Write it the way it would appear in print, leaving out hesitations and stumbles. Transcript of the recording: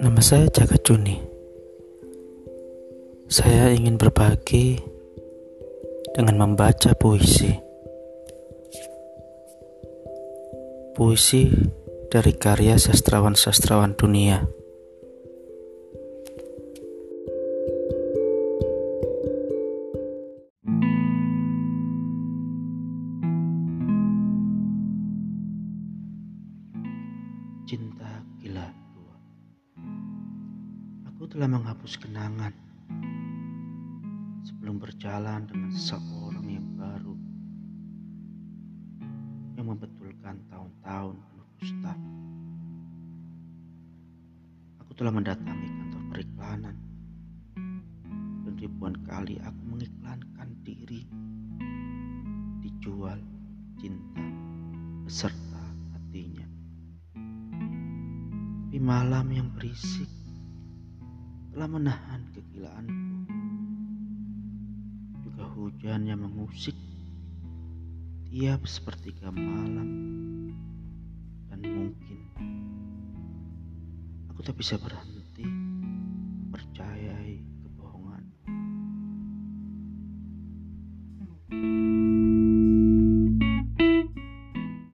Nama saya Jaka Juni. Saya ingin berbagi dengan membaca puisi. Puisi dari karya sastrawan-sastrawan dunia. Cinta Gila 2. Aku telah menghapus kenangan sebelum berjalan dengan seseorang yang baru, yang membetulkan tahun-tahun penuh dusta. Aku telah mendatangi kantor periklanan, dan ribuan kali aku mengiklankan diri, dijual cinta beserta hatinya. Tapi malam yang berisik telah menahan kegilaanku. Juga hujan yang mengusik tiap sepertiga malam. Dan mungkin aku tak bisa berhenti